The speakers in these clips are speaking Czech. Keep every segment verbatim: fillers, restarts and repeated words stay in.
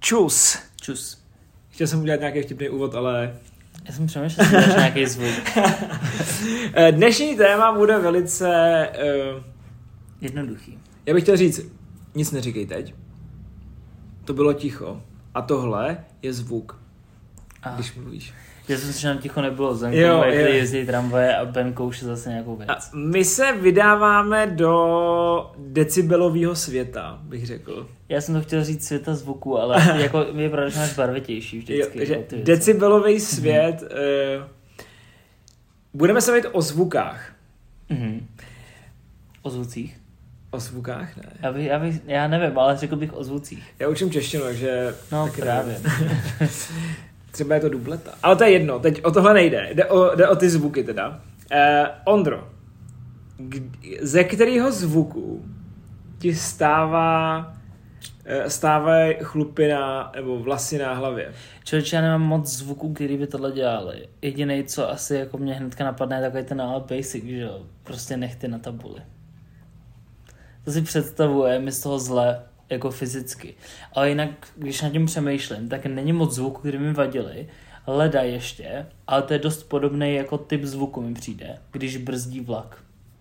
Čus. Čus. Chtěl jsem udělat nějaký vtipný úvod, ale... Já jsem přemýšlel, že dáš nějaký zvuk. Dnešní téma bude velice... Uh, Jednoduchý. Já bych chtěl říct, nic neříkej teď. To bylo ticho. A tohle je zvuk, Aha. když mluvíš. Já jsem si, že nám ticho nebylo, Zenko, jak jezdí tramvaje a Ben kouše zase nějakou věc. A my se vydáváme do decibelového světa, bych řekl. Já jsem to chtěl říct světa zvuku, ale jako je pravda, že máš barvitější vždycky. Jo, že decibelový svět, mm-hmm. uh, budeme se bavit o zvukách. Mm-hmm. O zvucích? O zvukách, ne. Já, bych, já, bych, já nevím, ale řekl bych o zvucích. Já učím češtinu, takže... No právě. Třeba je to dubleta. Ale to je jedno, teď o tohle nejde. Jde o, jde o ty zvuky teda. Uh, Ondro, k- ze kterého zvuku ti stává stávají chlupy na, nebo vlasy na hlavě? Člověče, já nemám moc zvuků, který by tohle dělali. Jedinej, co asi jako mě hnedka napadne, je takový ten ale basic, že jo. Prostě nechty na tabuli. To si představuje mi z toho zle, jako fyzicky. Ale jinak, když nad tím přemýšlím, tak není moc zvuků, který mi vadili. Leda ještě, ale to je dost podobný jako typ zvuku mi přijde, když brzdí vlak.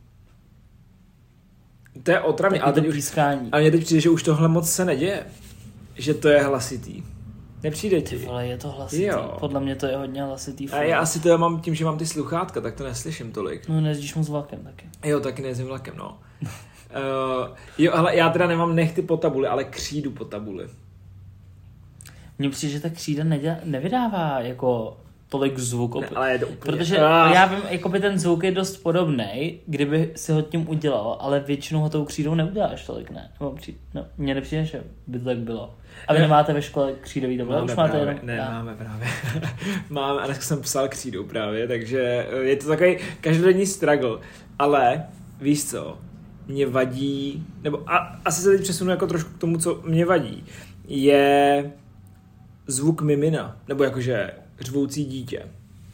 To je otravný, ale teď, už, ale mě teď přijde, že už tohle moc se neděje. Že to je hlasitý. Nepřijde ti? Ty vole, je to hlasitý. Jo. Podle mě to je hodně hlasitý. A já asi to mám tím, že mám ty sluchátka, tak to neslyším tolik. No nejezdíš moc vlakem taky. Jo, taky nejezdím vlakem, no. uh, jo, ale já teda nemám nechty po tabuli, ale křídu po tabuli. Mně přijde, že ta křída nedělá, nevydává jako tolik zvuk. Ne, ale je to úplně... Protože ah. já vím, jakoby ten zvuk je dost podobný, kdyby si ho tím udělal, ale většinou ho tou křídou neuděláš tolik, ne? No, při... no mně nepřijde, že by to tak bylo. A vy ne. nemáte ve škole křídový tabule? Už máte jenom... Ne, máme právě. máme, a dneska jsem psal křídou právě, takže je to takový každodenní struggle. Ale víš co, mě vadí, nebo a, asi se teď přesunu jako trošku k tomu, co mě vadí, je zvuk mimina, nebo jakože řvoucí dítě.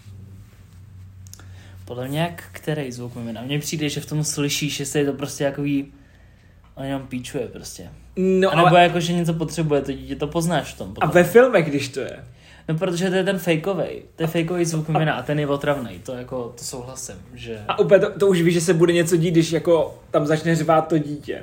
Podle mě jak který zvuk mimina? Mně přijde, že v tom slyšíš, že je to prostě jakový, on jenom píčuje prostě. No, a nebo ale... jako, že něco potřebuje, to dítě to poznáš v tom. Potom. A ve filmech, když to je? No, protože to je ten fejkovej, to je fejkový zvuk mimina a ten je otravnej, to jako, to souhlasím, že... A úplně to, to už víš, že se bude něco dít, když jako tam začne řvát to dítě.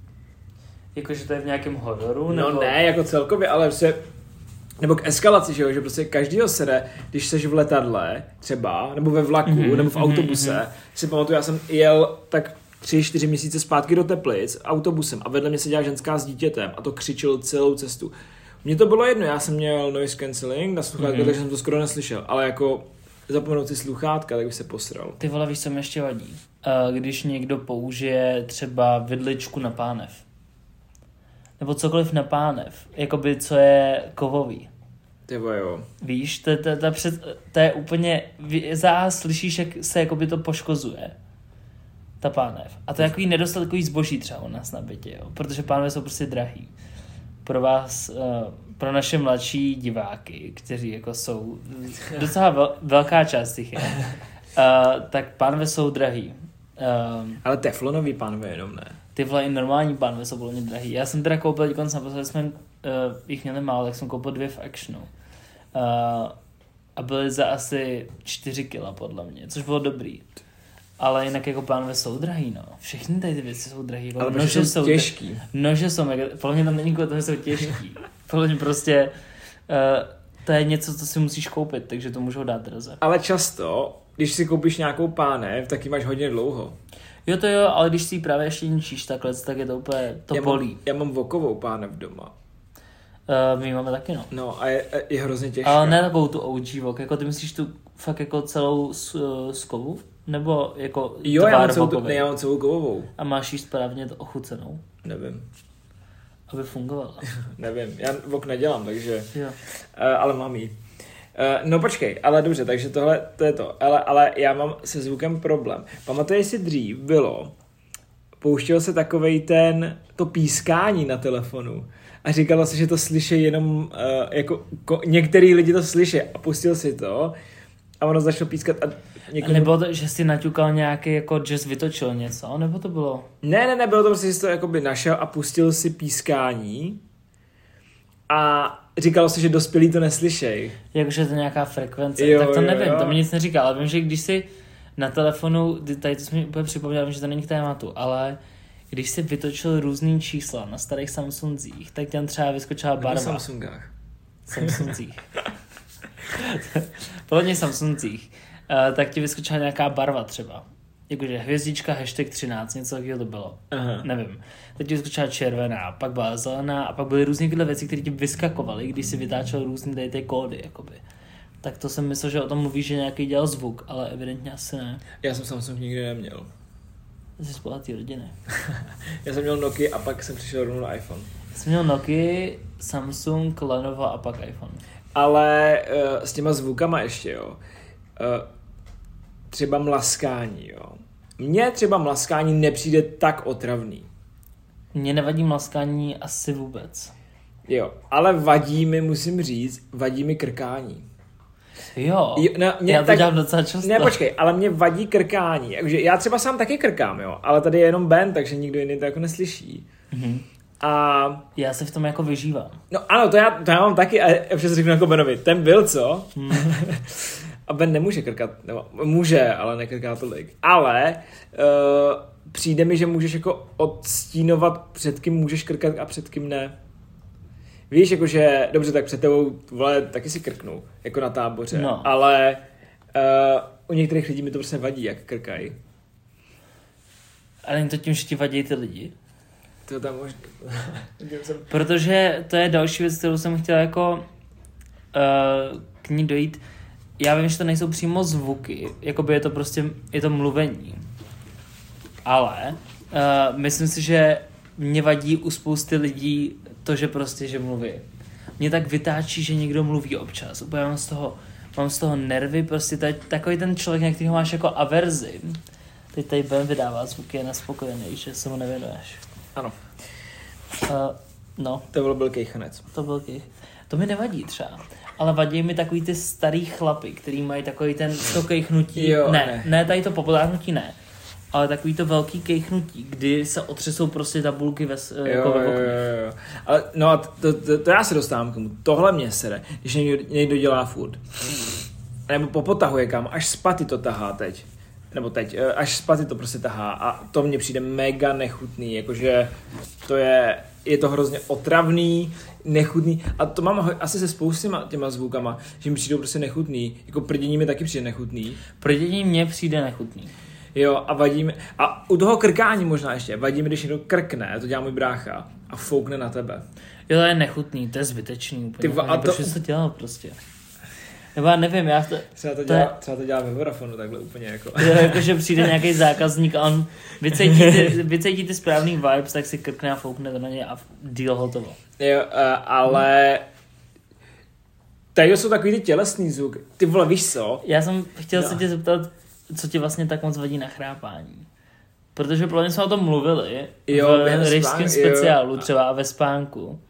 Jako, že to je v nějakém hororu? No nebo... ne, jako celkově, ale se... Nebo k eskalaci, že jo, že prostě každýho sere, když seš v letadle třeba, nebo ve vlaku, mm-hmm, nebo v autobuse, mm-hmm. si pamatuju, já jsem jel tak tři, čtyři měsíce zpátky do Teplic autobusem a vedle mě seděla ženská s dítětem a to křičelo celou cestu. Mně to bylo jedno, já jsem měl noise cancelling na sluchátka, mm-hmm. takže jsem to skoro neslyšel, ale jako zapomenout si sluchátka, tak bych se posral. Ty vole, víš, co mi ještě vadí? Když někdo použije třeba vidličku na pánev. Nebo cokoliv na pánev, jakoby co je kovový. Tyvo jo. Víš, to, to, to, před, to je úplně, za slyšíš, jak se jakoby to poškozuje, ta pánev. A to je takový nedostatkový zboží třeba u nás na bytě, jo? Protože pánve jsou prostě drahý. Pro vás, pro naše mladší diváky, kteří jako jsou, docela vel, velká část těch je, tak pánve jsou drahý. Ale teflonový pánve jenom ne. Ty vole, i normální pánve jsou velmi drahý. Já jsem teda koupil dokonce, naposledy jsme uh, jich měli málo, tak jsem koupil dvě v Actionu. Uh, a byly za asi čtyři kila podle mě, což bylo dobrý. Ale jinak jako pánve jsou drahý, no. Všechny tady ty věci jsou drahý. Jako ale nože jsou těžký. T- nože jsou mega, podle mě tam není kvůli tomu, že jsou těžký. Podle mě prostě uh, to je něco, co si musíš koupit, takže to můžou dát draze. Ale často, když si koupíš nějakou pánev, tak ji máš hodně dlouho. Jo to jo, ale když si ji právě ještě ničíš takhle, tak je to úplně, to já bolí. Mám, já mám vokovou pánev doma. Uh, my máme taky, no. No a je, je hrozně těžká. Ale ne takovou tu O G vok, jako ty myslíš tu fakt jako celou s, z kovu? Nebo jako jo, já mám, celou, ne, já mám celou kovovou. A máš jí správně to ochucenou? Nevím. Aby fungovala. Nevím, já vok nedělám, takže... Jo. Uh, ale mám jí. Uh, no počkej, ale dobře, takže tohle, to je to. Ale, ale já mám se zvukem problém. Pamatuješ si dřív bylo, pouštěl se takovej ten, to pískání na telefonu a říkalo se, že to slyší jenom, uh, jako ko, některý lidi to slyší a pustil si to a ono začalo pískat a někomu... Nebo to, že jsi naťukal nějaký, jako Jazz vytočil něco, nebo to bylo? Ne, ne, ne, bylo to prostě, že jsi to jakoby našel a pustil si pískání a říkalo se, že dospělí to neslyšej. Jakože to nějaká frekvence, Jo, tak to jo, nevím, jo. to mi nic neříká, ale vím, že když si na telefonu, tady to jsi mi úplně připomněl, že to není k tématu, ale když si vytočil různý čísla na starých Samsungzích, tak tam třeba vyskočila barva. Na Samsungách. Samsungzích. Podle Samsungzích. Uh, tak ti vyskočila nějaká barva třeba. Jakože hvězdička, hashtag třináct, něco takového to bylo. Aha. Nevím. Teď ti vyskočila červená, pak byla zelená a pak byly různé tyhle věci, které ti vyskakovaly, když si vytáčel různé tady ty kódy, jakoby. Tak to jsem myslel, že o tom mluvíš, že nějaký dělal zvuk, ale evidentně asi ne. Já jsem Samsung nikdy neměl. Jsi z bohatý rodiny. Já jsem měl Nokia a pak jsem přišel rovnou na iPhone. Já jsem měl Nokia, Samsung, Lenovo a pak iPhone. Ale uh, s těma zvukama ještě, jo. Uh, třeba mlaskání, jo. Mně třeba mlaskání nepřijde tak otravný. Mně nevadí mlaskání asi vůbec. Jo, ale vadí mi, musím říct, vadí mi krkání. Jo, jo no, mě, já to tak, dělám docela často. Ne, počkej, ale mě vadí krkání. Takže já třeba sám taky krkám, jo, ale tady je jenom Ben, takže nikdo jiný to jako neslyší. Mhm. A... Já se v tom jako vyžívám. No ano, to já, to já mám taky, a já přes řeknu jako Benovi, ten byl co? Hmm. A Ben nemůže krkat, nebo může, ale nekrká tolik. Ale uh, přijde mi, že můžeš jako odstínovat, před kým můžeš krkat a před kým ne. Víš, jakože, dobře, tak před tebou, vole, taky si krknu, jako na táboře, no. Ale uh, u některých lidí mi to prostě vadí, jak krkají. Ale není to tím, že ti vadí ty lidi? To tam možná. Protože to je další věc, kterou jsem chtěl jako uh, k ní dojít. Já vím, že to nejsou přímo zvuky, jakoby je to prostě, je to mluvení. Ale uh, myslím si, že mě vadí u spousty lidí to, že prostě, že mluví. Mě tak vytáčí, že někdo mluví občas. Úplně mám z toho, mám z toho nervy, prostě tady, takový ten člověk, na kterýho máš jako averzi. Teď tady Ben vydává zvuky, je nespokojený, že se mu nevěnuješ. Ano. Uh, no. To byl byl kejchanec. To byl kej. To mi nevadí třeba. Ale vadí mi takový ty starý chlapy, který mají takový ten to kejchnutí. Jo, ne, ne, ne, tady to popotáhnutí ne. Ale takový to velký kejchnutí, kdy se otřesou prostě tabulky ve, jo, jako ve jo, jo, jo. Ale no a to, to, to já se dostávám k tomu. Tohle mě sere, když někdo, někdo dělá furt. Nebo popotahuje kam, až spaty to tahá teď. Nebo teď, až spaty to prostě tahá a to mně přijde mega nechutný, jakože to je, je to hrozně otravný, nechutný a to mám asi se spoustýma těma zvukama, že mi přijdou prostě nechutný, jako prdění mi taky přijde nechutný. Prdění mně přijde nechutný. Jo, a vadí mi, a u toho krkání možná ještě, vadí mi, když někdo krkne, to dělá můj brácha, a foukne na tebe. Jo, to je nechutný, to je zbytečný úplně. Ty, a to... Proč jsi to dělal prostě? Nebo já nevím, já to... Třeba to, to dělá, je... třeba to dělá ve Vodafonu takhle úplně jako. Jo, jakože přijde nějaký zákazník a on vycítí ty, vycítí ty správný vibes, tak si krkne a foukne to na něj a deal hotovo. Jo, uh, ale... Tady jsou takový ty tělesný zvuk. Ty vole, víš co? Já jsem chtěl no. se tě zeptat, co ti vlastně tak moc vadí na chrápání. Protože podle mě jsme o tom mluvili jo, v rejském speciálu, jo. Třeba ve spánku. Uh,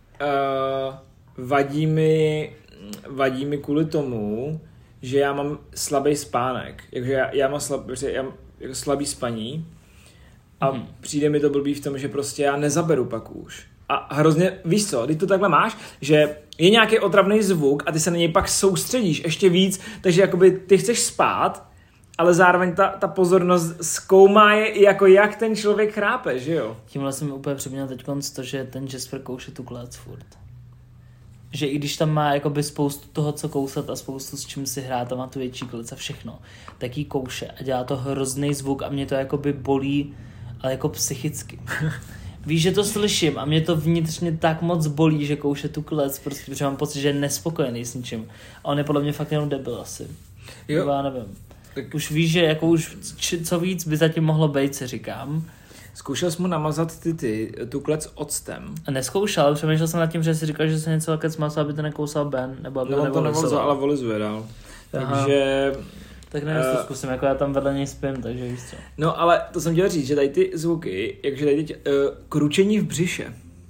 vadí mi... Vadí mi kvůli tomu, že já mám slabý spánek. Jakože já, já mám slab, já mám jako slabý spaní a hmm. přijde mi to blbý v tom, že prostě já nezaberu pak už. A hrozně, víš co, když to takhle máš, že je nějaký otravný zvuk a ty se na něj pak soustředíš ještě víc, takže jakoby ty chceš spát, ale zároveň ta, ta pozornost zkoumá je jako jak ten člověk chrápe, že jo? Tímhle jsem mi úplně připomněl teď to, že ten Jasper kouše tu klec furt. Že i když tam má jakoby spoustu toho, co kousat a spoustu s čím si hrát a má tu větší klec a všechno, tak jí kouše a dělá to hrozný zvuk a mě to jakoby bolí, ale jako psychicky. Víš, že to slyším a mě to vnitřně tak moc bolí, že kouše tu klec, prostě, protože mám pocit, že je nespokojený s ničím. A on je podle mě fakt jenom debil asi. Jo. Já nevím. Tak... Už víš, že jako už či, co víc by zatím mohlo být, se říkám. Zkoušel jsi mu namazat ty, ty, tu klec octem? A neskoušel, ale přemýšlel jsem nad tím, že si říkal, že se něco klec maso, aby to nekousal Ben, nebo aby no, to nevolizoval. ale volizuje dál. Aha. Takže... Tak nevím, uh, to zkusím, jako já tam vedle něj spím, takže víš co. No ale to jsem chtěl říct, že tady ty zvuky, jakže tady teď uh, kručení v břiše.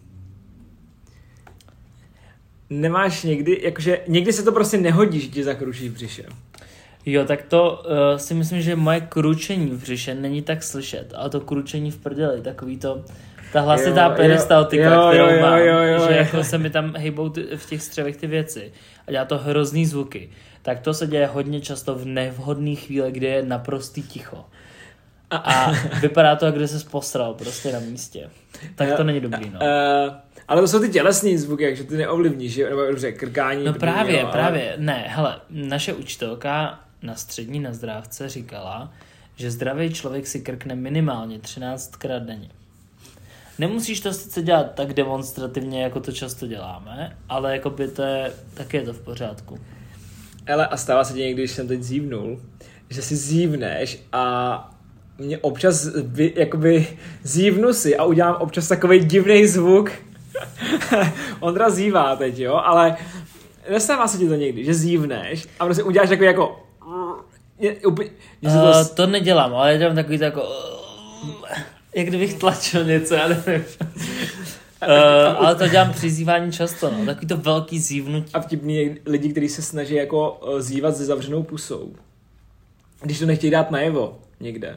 Nemáš někdy, jakože někdy se to prostě nehodí, že ti zakručí v břiše. Jo, tak to uh, si myslím, že moje kručení v břiše není tak slyšet, ale to kručení v prdeli, takový to Ta hlasitá peristaltika, kterou jo, mám, jo, jo, že jo. jako se mi tam hejbou ty, v těch střevech ty věci a dělá to hrozný zvuky. Tak to se děje hodně často v nevhodných chvíli, kdy je naprostý ticho. A vypadá to, jak když se posral prostě na místě. Tak to není dobrý, no. Uh, ale to jsou ty tělesný zvuky, takže ty neovlivníš, že? Nebo dobře, krkání. No právě, jo, právě. Ale... Ne, hele, naše učitelka na střední na Zdrávce říkala, že zdravý člověk si krkne minimálně třináctkrát denně. Nemusíš to sice dělat tak demonstrativně, jako to často děláme, ale jako by to je, tak je to v pořádku. Hele, a stává se ti někdy, když jsem teď zívnul, že si zívneš a mě občas vy, jakoby zívnu si a udělám občas takovej divný zvuk. Ondra zívá teď, jo, ale nestává se ti to někdy, že zívneš a prostě uděláš takový jako... Je, úplně, uh, to... to nedělám, ale dělám takový to jako... Jak kdybych tlačil něco, já nevím. Uh, ale to dělám při zívání často, no. Takový to velký zívnutí. A vtipný lidi, kteří se snaží jako zívat se zavřenou pusou. Když to nechtějí dát najevo někde.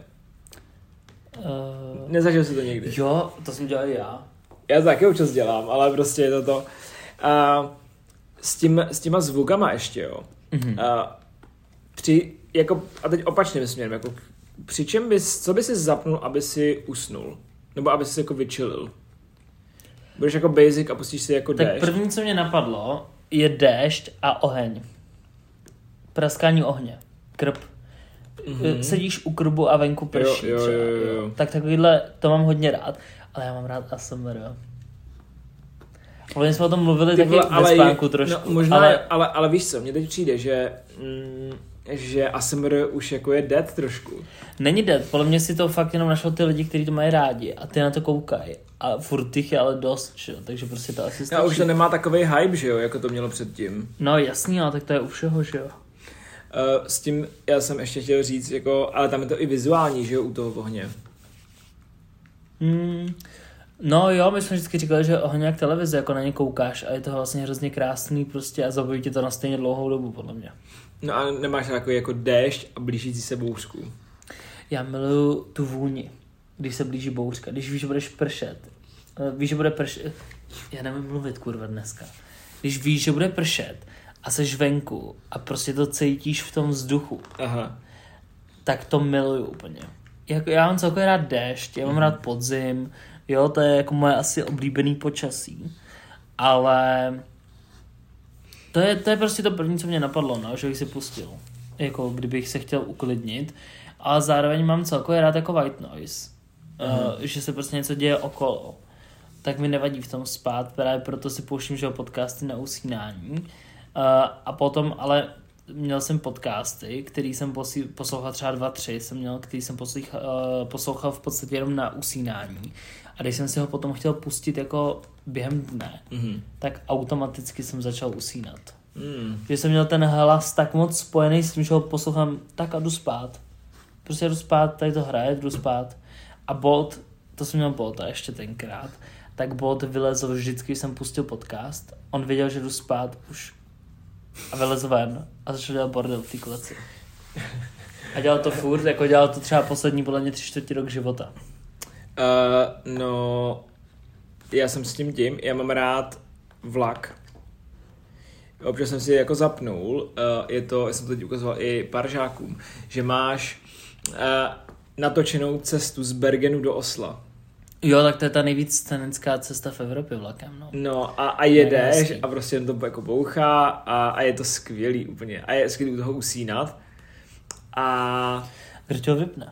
Uh, Nezažil jsi to někdy? Jo, to jsem dělal já. Já to taky občas dělám, ale prostě je to to. Uh, s, tím, s těma zvukama ještě, jo. Mm-hmm. Uh, při, jako, a teď opačným směrem, jako při čem bys, co by si zapnul, aby si usnul? Nebo aby si jako vyčilil? Budeš jako basic a pustíš si jako tak déšť? Tak první, co mě napadlo, je déšť a oheň. Praskání ohně. Krb. Mm-hmm. Sedíš u krbu a venku prší. Jo, jo, jo, jo. Tak takovýhle, to mám hodně rád. Ale já mám rád A S M R. Vlastně jsme o tom mluvili taky ve spánku trošku. No, možná, ale... Ale, ale víš co, mně teď přijde, že, mm, že A S M R už jako je dead trošku. Není dead, podle mě si to fakt jenom našel ty lidi, kteří to mají rádi a ty na to koukají. A furt těch je ale dost, že? Takže prostě to asi stačí. A už to nemá takovej hype, že jo, jako to mělo předtím. No jasný, ale tak to je u všeho, že jo. Uh, s tím já jsem ještě chtěl říct, jako, ale tam je to i vizuální, že jo, u toho ohně. Hmm. No jo, my jsme vždycky říkali, že ohně jak televize, jako na ně koukáš a je to vlastně hrozně krásný prostě a zabaví tě to na stejně dlouhou dobu, podle mě. No a nemáš takový jako déšť a blížící se bouřku. Já miluju tu vůni, když se blíží bouřka, když víš, že budeš pršet. Víš, že bude pršet, já nevím mluvit kurva dneska. Když víš, že bude pršet a seš venku a prostě to cítíš v tom vzduchu, aha, tak to miluju úplně. Jako, já mám celkově rád déšť, já mám mm. rád podzim, jo, to je jako moje asi oblíbený počasí, ale to je, to je prostě to první, co mě napadlo, no, že bych si pustil, jako kdybych se chtěl uklidnit, ale zároveň mám celkově rád jako white noise, uh, že se prostě něco děje okolo, tak mi nevadí v tom spát, právě proto si pouštím, že podcasty na usínání, uh, a potom ale měl jsem podcasty, který jsem posí, poslouchal třeba dva, tři, jsem měl, který jsem poslouchal, uh, poslouchal v podstatě jenom na usínání. A když jsem si ho potom chtěl pustit jako během dne, mm-hmm. tak automaticky jsem začal usínat. Mm. Že jsem měl ten hlas tak moc spojený s tím, že ho poslouchám tak a jdu spát. Prostě jdu spát, tady to hraje, jdu spát. A Bolt, to jsem měl Bolta ještě tenkrát, tak Bolt vylezl vždycky, když jsem pustil podcast. On věděl, že jdu spát už a vylezl ven a začal dělat bordel v té kleci. A dělal to furt, jako dělal to třeba poslední podle mě tři čtvrtě rok života. Uh, no, já jsem s tím tím, já mám rád vlak. Občas jsem si jako zapnul, uh, je to, já jsem to teď ukazoval i pár žákům, že máš uh, natočenou cestu z Bergenu do Osla. Jo, tak to je ta nejvíc scenická cesta v Evropě vlakem, no. No a, a jedeš a prostě jen to jako bouchá a, a je to skvělý úplně. A je skvělý u toho usínat. A... Kdo tě ho vypne?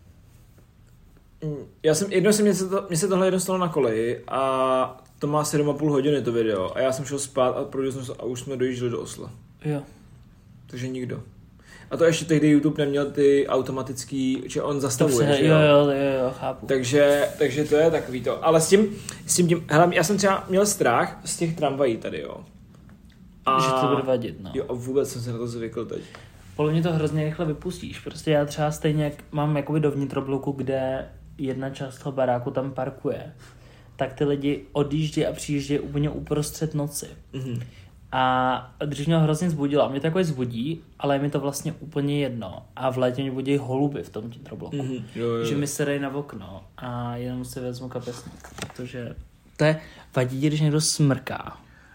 Já jsem, jednou jsem, mě se, to, mě se tohle jedno stalo na koleji a to má sedm a půl hodiny to video a já jsem šel spát a projel jsem se a už jsme dojížděli do Osla. Jo. Takže nikdo. A to ještě tehdy YouTube neměl ty automatický, že on zastavuje, se, že jo? Jo, jo, jo, jo, chápu. Takže, takže to je takový to. Ale s tím, s tím, tím hele, já jsem třeba měl strach z těch tramvají tady, jo. A... Že to bude vadit, no. Jo, a vůbec jsem se na to zvykl teď. Podle mě to hrozně rychle vypustíš. Prostě já třeba stejně, jak mám jakoby do vnitrobloku, kde jedna část toho baráku tam parkuje, tak ty lidi odjíždějí a přijíždějí úplně uprostřed noci. Mm-hmm. A když mě ho hrozně zbudilo, a mě to jako zbudí, ale je mi to vlastně úplně jedno. A v létě mě budí holuby v tom Robloxu. Mm-hmm. Jo, jo. Že mi se dají na okno a jenom si vezmu kapesník, protože to je vadí, když někdo smrká.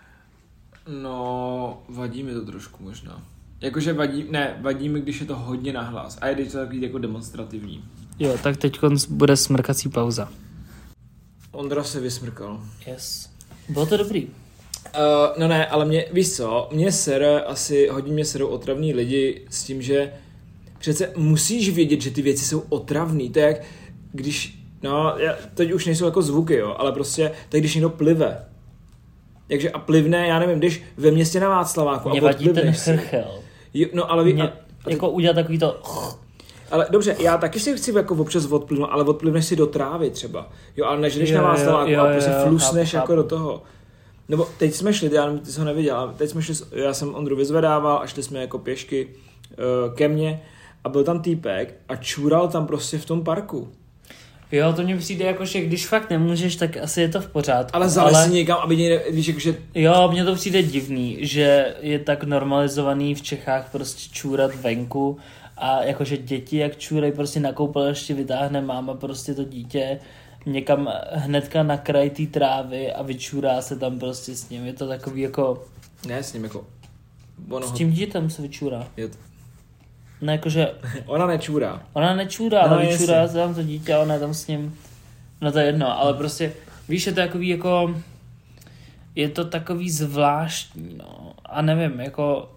No, vadí mi to trošku možná. Jakože vadí, ne, vadí mi, když je to hodně nahlas a je to takový jako demonstrativní. Jo, tak teď bude smrkací pauza. Ondra se vysmrkal. Yes. Bylo to dobrý. Uh, no ne, ale mě, víš co, mě sere, asi hodně mě serou otravní lidi s tím, že přece musíš vědět, že ty věci jsou otravný. To je jak, když, no, já, teď už nejsou jako zvuky, jo, ale prostě, tak když někdo plive. Takže a plivne, já nevím, když ve městě na Václaváku mě a vadí ten chrchel. Jo, no ale... Mě, a, a jako udělat takový to... Ale dobře, já taky si chci jako občas odplivnout, ale odplivneš si do trávy třeba. Jo, ale než jdeš na Václaváku jo, jo, a prostě jo, flusneš chápu, jako chápu. do toho. Nebo teď jsme šli, já nevím, ty jsi ho neviděl, ale teď jsme šli, já jsem Ondru vyzvedával a šli jsme jako pěšky uh, ke mně a byl tam týpek a čural tam prostě v tom parku. Jo, to mně přijde jako, že když fakt nemůžeš, tak asi je to v pořádku. Ale zalez ale... si někam, aby někde, víš, jako, že... Jo, mně to přijde divný, že je tak normalizovaný v Čechách prostě čůrat venku a jakože děti jak čůrají prostě na koupališti, vytáhne máma prostě to dítě někam hnedka na kraj té trávy a vyčůrá se tam prostě s ním. Je to takový jako... Ne, s ním jako... Ono s tím dítětem se vyčůrá. Je to... Ne, jakože... Ona nečůrá. Ona nečůrá, no, ale vyčůrá se tam to dítě a ona je tam s ním... No to je jedno, ale prostě... Víš, je to takový jako... Je to takový zvláštní, no. A nevím, jako...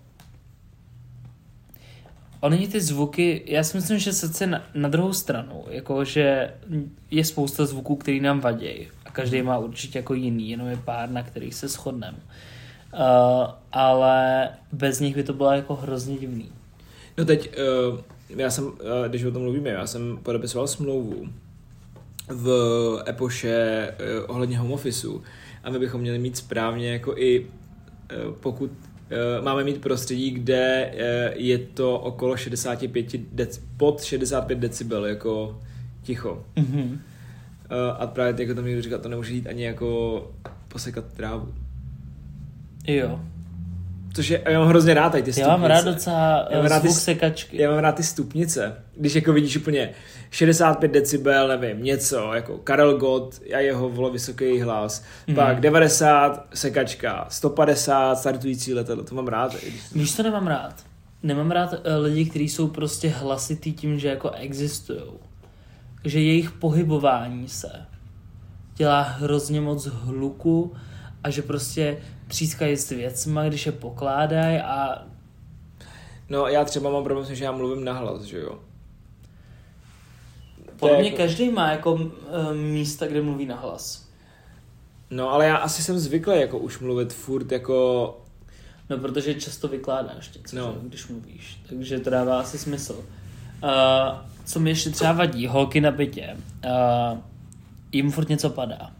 Oni ty zvuky, já si myslím, že sice na, na druhou stranu, jako že je spousta zvuků, který nám vadí a každý má určitě jako jiný, jenom je pár, na kterých se shodneme. Uh, ale bez nich by to bylo jako hrozně divný. No teď, uh, já jsem, uh, když o tom mluvíme, já jsem podepisoval smlouvu v epoše uh, ohledně home officeu a my bychom měli mít správně jako i uh, pokud Uh, máme mít prostředí, kde uh, je to okolo šedesát pět dec, pod šedesát pět decibel, jako ticho. Mm-hmm. Uh, a právě jako tam někdo říká, to nemůže jít ani jako posekat trávu. Jo. Což je, já mám hrozně rád tady ty stupnice. Já mám rád docela zvuk ty, sekačky. Já mám rád ty stupnice. Když jako vidíš úplně šedesát pět decibel, nevím, něco, jako Karel Gott a jeho volo vysoký hlas. Mm. Pak devadesát, sekačka, sto padesát, startující letadlo, to mám rád. Víš, to nemám rád. Nemám rád uh, lidi, kteří jsou prostě hlasitý tím, že jako existujou. Že jejich pohybování se dělá hrozně moc hluku a že prostě třískají s věcma, když je pokládají a... No já třeba mám problém, že já mluvím nahlas, že jo? Podle mě jako... každý má jako uh, místa, kde mluví nahlas. No ale já asi jsem zvyklý jako už mluvit furt jako... No protože často vykládáš něco, no. Když mluvíš, takže to dává asi smysl. Uh, co mi ještě třeba vadí, holky na bytě, uh, jim furt něco padá.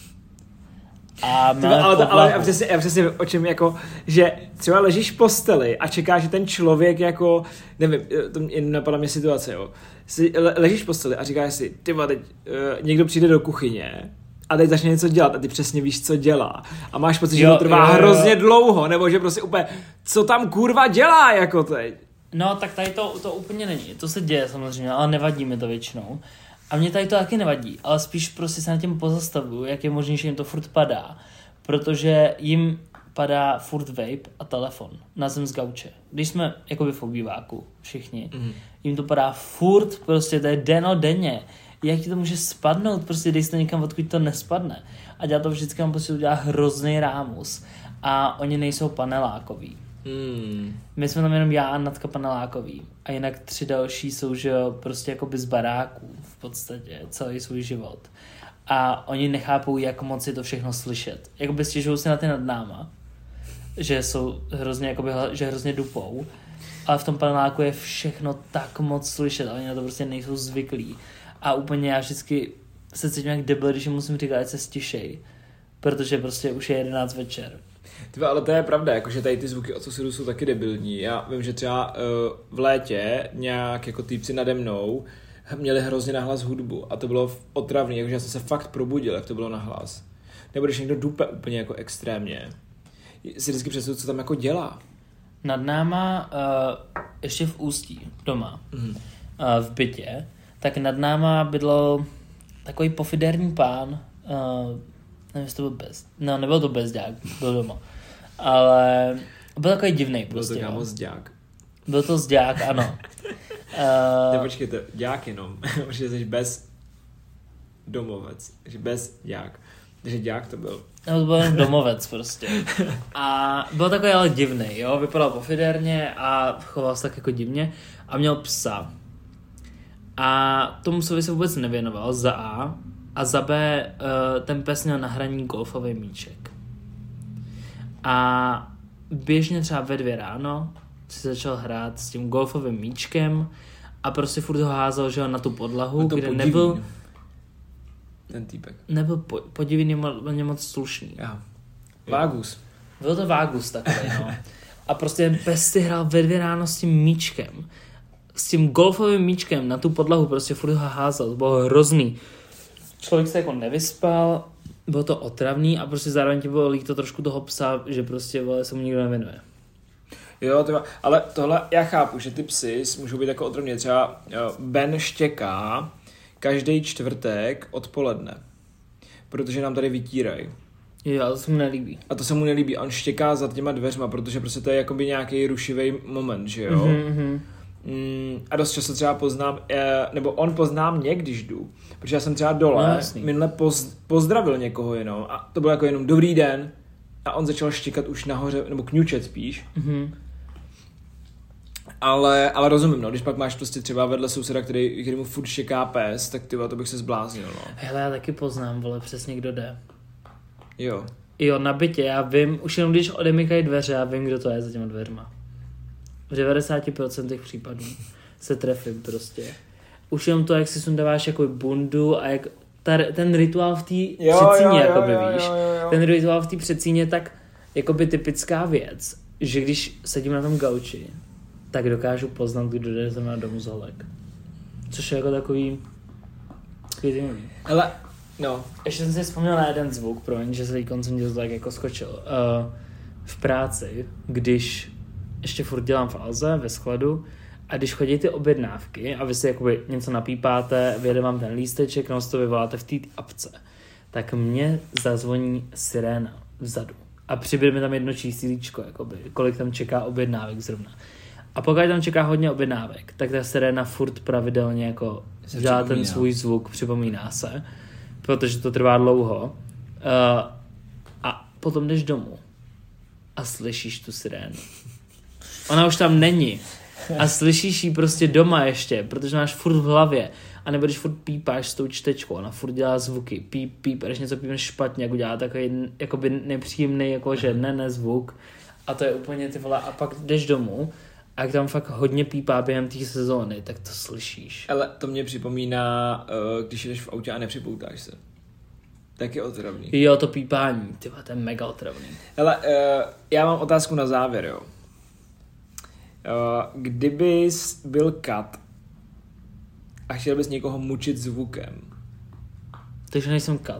A Tyba, ale, to, ale já, přesně, já přesně o čem jako, že třeba ležíš v posteli a čekáš, že ten člověk jako, nevím, to jen napadla mě situace, jo. Le, ležíš v posteli a říkáš si, tyba, teď uh, někdo přijde do kuchyně a teď začne něco dělat a ty přesně víš, co dělá. A máš pocit, jo, že to trvá jo, jo. hrozně dlouho, nebo že prostě úplně, co tam kurva dělá jako teď. No tak tady to, to úplně není, to se děje samozřejmě, ale nevadí mi to většinou. A mě tady to taky nevadí, ale spíš prostě se na tím pozastavuju, jak je možný, že jim to furt padá. Protože jim padá furt vape a telefon na zem z gauče. Když jsme jakoby v obýváku všichni, mm. jim to padá furt, prostě to je den o denně. Jak ti to může spadnout, prostě dej to někam, odkud to nespadne. A dělá to vždycky, vám prostě udělá hrozný rámus. A oni nejsou panelákoví. Hmm. My jsme tam jenom já a Natka panelákový. A jinak tři další jsou, že jo, prostě jakoby z baráků v podstatě celý svůj život. A oni nechápou, jak moc je to všechno slyšet. Jakoby stěžují se na ty nad náma, že jsou hrozně, jakoby, že hrozně dupou. Ale v tom paneláku je všechno tak moc slyšet a oni na to prostě nejsou zvyklí. A úplně já vždycky se cítím jak debil, když jim musím říkat, ať se stišej. Protože prostě už je jedenáct večer. Tyba, ale to je pravda, jakože tady ty zvuky od sousedů jsou taky debilní. Já vím, že třeba uh, v létě nějak jako týpci nade mnou měli hrozně nahlas hudbu a to bylo otravný, jakože já jsem se fakt probudil, jak to bylo nahlas. Nebo když někdo dupe úplně jako extrémně. si vždycky představuji, co tam jako dělá. Nad náma, uh, ještě v Ústí, doma, mm. uh, v bytě, tak nad náma bydlel takový pofiderní pán, uh, nevím, jestli to byl bez, no nebyl to bezďák, byl doma, ale byl takový divnej prostě. Byl to kámo zďák. Byl to zďák, ano. uh, ne, počkejte, děák jenom, protože jsi bez domovec, takže bez děák. Takže děák to byl. No, to byl jen domovec prostě. A byl takový ale divný, jo, vypadal pofiderně a choval se tak jako divně a měl psa. A tomu psovi se vůbec nevěnoval, za A. A za B, ten pes měl na hraní golfový míček. A běžně třeba ve dvě ráno si začal hrát s tím golfovým míčkem a prostě furt ho házel, že ho na tu podlahu, kde podivný. nebyl... Ten týpek. Nebyl po, podivný, mě moc slušný. Aha. Vágus. Byl to vágus takový, no. A prostě ten pes si hrál ve dvě ráno s tím míčkem. S tím golfovým míčkem na tu podlahu prostě furt ho házel. To bylo hrozný. Člověk se jako nevyspal, bylo to otravný a prostě zároveň ti bylo líto trošku toho psa, že prostě vole, se mu nikdo nevěnuje. Jo, tyba, ale tohle já chápu, že ty psy můžou být jako otravný. Třeba Ben štěká každý čtvrtek odpoledne, protože nám tady vytírají. Jo, to se mu nelíbí. A to se mu nelíbí. On štěká za těma dveřma, protože prostě to je jakoby nějaký rušivý moment, že jo? Mm-hmm. Mm, a dost často třeba poznám, eh, nebo on pozná mě, když jdu. Protože já jsem třeba dole, no, minule poz, pozdravil někoho jenom a to bylo jako jenom dobrý den a on začal štěkat už nahoře, nebo kňučet spíš. Mm-hmm. Ale, ale rozumím, no, když pak máš prostě třeba vedle souseda, který, který mu furt štěká pes, tak tyva, to bych se zbláznil, no. Hele, já taky poznám, vole, přesně kdo jde. Jo. Jo, na bytě, já vím, už jenom když odemykají dveře, já vím, kdo to je za těma dveřma. V devadesát procent těch případů se trefím prostě. Už jenom to, jak si sundáváš jako bundu a jak ta, ten rituál v té předsíně, jakoby, jo, víš, jo, jo, jo. ten rituál v té předsíně tak jakoby typická věc, že když sedím na tom gauči, tak dokážu poznat, kdo jde zrovna domů z holek. Což je jako takový... takový zajímavý. Hele, no. Ještě jsem si vzpomněl na jeden zvuk, promiň, že se teď jsem dělal tak jako skočil. Uh, v práci, když ještě furt dělám v Alze, ve skladu, a když chodí ty objednávky a vy si jakoby něco napípáte, vyjede vám ten lísteček, no to vyvoláte v té apce, tak mě zazvoní siréna vzadu. A přibyde mi tam jedno číslíčko, jakoby, kolik tam čeká objednávek zrovna. A pokud tam čeká hodně objednávek, tak ta siréna furt pravidelně jako dělá ten svůj zvuk, připomíná se, protože to trvá dlouho. Uh, a potom jdeš domů a slyšíš tu sirénu. Ona už tam není. A slyšíš ji prostě doma ještě, protože máš furt v hlavě. A nebo když furt pípáš s tou čtečkou, ona furt dělá zvuky. Píp, píp, a když něco pípneš špatně, jak udělá takový jakoby nepříjemný, jakože ne, ne zvuk. A to je úplně ty vole. A pak jdeš domů a jak tam fakt hodně pípá během té sezóny, tak to slyšíš. Ale to mě připomíná, když jdeš v autě a nepřipoutáš se. Tak je otravný. Jo, to pípání, tyba, to je mega otravný. Hele, uh, já mám otázku na závěr, jo. Uh, kdybys byl kat a chtěl bys někoho mučit zvukem. Takže nejsem kat.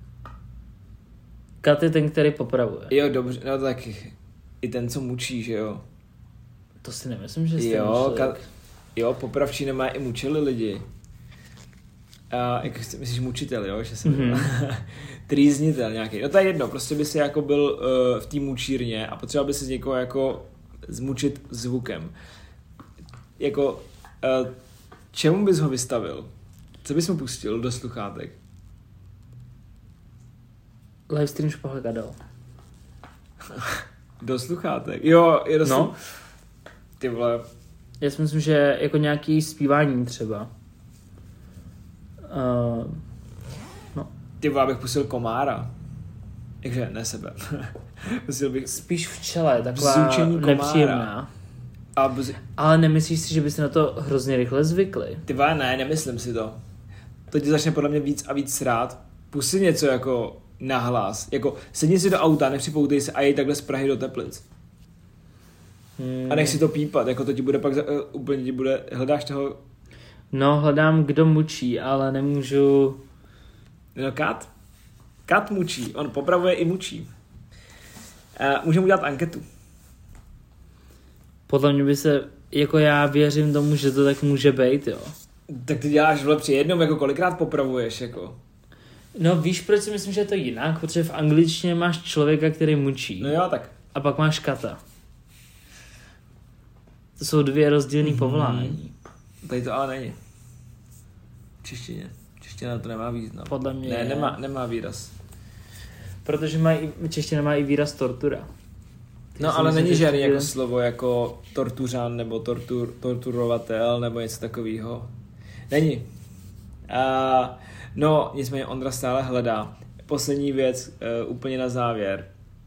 Kat je ten, který popravuje. Jo, dobře, no tak i ten, co mučí, že jo. To si nemyslím, že jste jo, kat, jo, popravčí nemá i mučili lidi. A jak myslíš mučitel, jo, že se mm-hmm. trýznitel nějaký. No to je jedno, prostě by si jako byl uh, v té mučírně a potřeboval by si někoho jako zmučit zvukem. Jako, uh, čemu bys ho vystavil? Co bys mu pustil do sluchátek? Livestream Špahl Kadal. Do sluchátek? Jo, je do no. Sluch... Ty vole. Já si myslím, že jako nějaký zpívání třeba. Uh, no. Ty vole, bych pustil komára. Jakže, ne sebe. Pustil bych... Spíš včele, taková nepříjemná. A bz... Ale nemyslíš si, že by si na to hrozně rychle zvykli? Ty vole, ne, nemyslím si to. To ti začne podle mě víc a víc srát. Pusti něco jako nahlas. Jako sedni si do auta, nepřipoutej se a jej takhle z Prahy do Teplic. Hmm. A nech si to pípat, jako to ti bude pak za, uh, úplně ti bude, hledáš toho... No, hledám, kdo mučí, ale nemůžu... No, kat. Kat mučí, on popravuje i mučí. Uh, můžeme udělat anketu. Podle mě by se, jako já věřím tomu, že to tak může být, jo. Tak ty děláš vle při jednom, jako kolikrát popravuješ, jako. No víš, proč si myslím, že je to jinak? Protože v angličtině máš člověka, který mučí. No jo, tak. A pak máš kata. To jsou dvě rozdílné mm-hmm. povolání. Tady to ale není. V češtině. Čeština to nemá význam. Podle mě Ne, je. nemá, nemá výraz. Protože má i, čeština má i výraz tortura. No Já ale myslím, není že žádný to je- jako slovo jako tortuřan nebo tortur, torturovatel nebo něco takového. Není. Uh, no, nicméně Ondra stále hledá. Poslední věc, uh, úplně na závěr.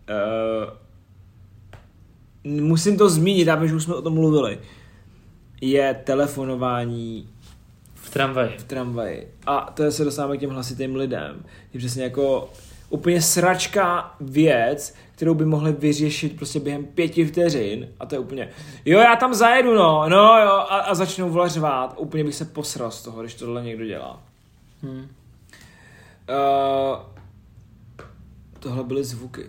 Uh, musím to zmínit, já vím, že už jsme o tom mluvili. Je telefonování V tramvaji. v tramvaji. A to se dostáváme k těm hlasitým lidem. Je přesně jako úplně sračka věc, kterou by mohli vyřešit prostě během pěti vteřin. A to je úplně, jo, já tam zajedu, no, no jo, a, a začnou vlařvát. Úplně bych se posral z toho, když tohle někdo dělá. Hmm. Uh, tohle byly zvuky.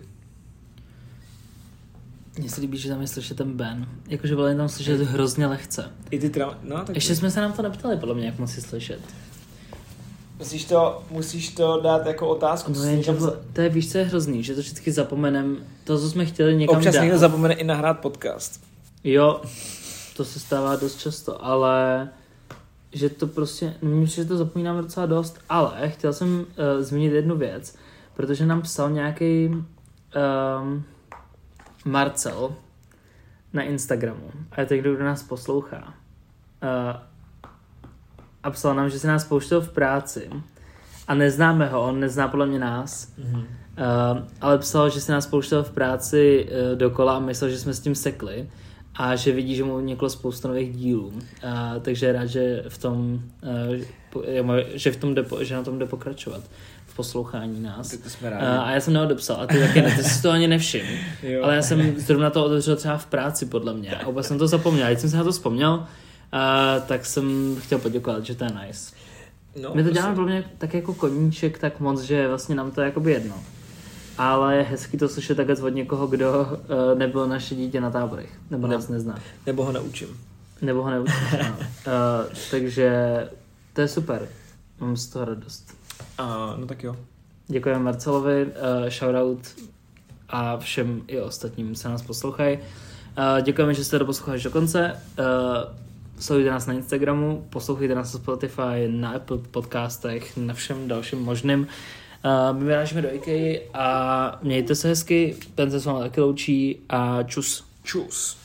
Mně se líbí, že tam je slyšet ten Ben. Jakože bylo jen tam slyšet hrozně lehce. I ty tram... No, tak Ještě jsme se nám to neptali, podle mě, jak moc si slyšet. musíš to, musíš to dát jako otázku. No jen, že bylo, to je, víš, co je hrozný, že to vždycky zapomenem, to, co jsme chtěli někam Občas dát. někdo zapomene i nahrát podcast. Jo, to se stává dost často, ale že to prostě, myslím, že to zapomínáme docela dost, ale chtěl jsem uh, zmínit jednu věc, protože nám psal nějaký um, Marcel na Instagramu a je to někdo, kdo nás poslouchá. Uh, a psal nám, že se nás pouštěl v práci a neznáme ho, on nezná podle mě nás, Mm-hmm. uh, ale psal, že se nás pouštěl v práci uh, dokola a myslel, že jsme s tím sekli a že vidí, že mu uniklo spoustu nových dílů. Uh, takže je rád, že v tom, uh, že, v tom jde, že na tom jde pokračovat v poslouchání nás. Tak to jsme Uh, rádi. a já jsem neodepsal a ty taky ne, ty jsi to ani nevšiml. Jo. Ale já jsem zrovna to otevřel třeba v práci, podle mě. A vůbec jsem to zapomněl. Když jsem se na to vzpomněl, uh, tak jsem chtěl poděkovat, že to je nice. No, My to prostě. děláme pro mě tak jako koníček tak moc, že vlastně nám to je jakoby jedno. Ale je hezky to slyšet takhle od někoho, kdo uh, nebyl naše dítě na táborech. Nebo Ne- nás nezná. Nebo ho naučím. Nebo ho neučí. no. uh, takže to je super. Mám z toho radost. A, no tak jo. Děkujeme Marcelovi, uh, shoutout a všem i ostatním, se nás poslouchají. Uh, děkujeme, že jste to poslouchali až do konce. Uh, sledujte nás na Instagramu, poslouchejte nás na Spotify, na Apple podcastech, na všem dalším možným. Uh, my vyrážíme do IKEA a mějte se hezky, ten se s vámi taky loučí a čus. Čus.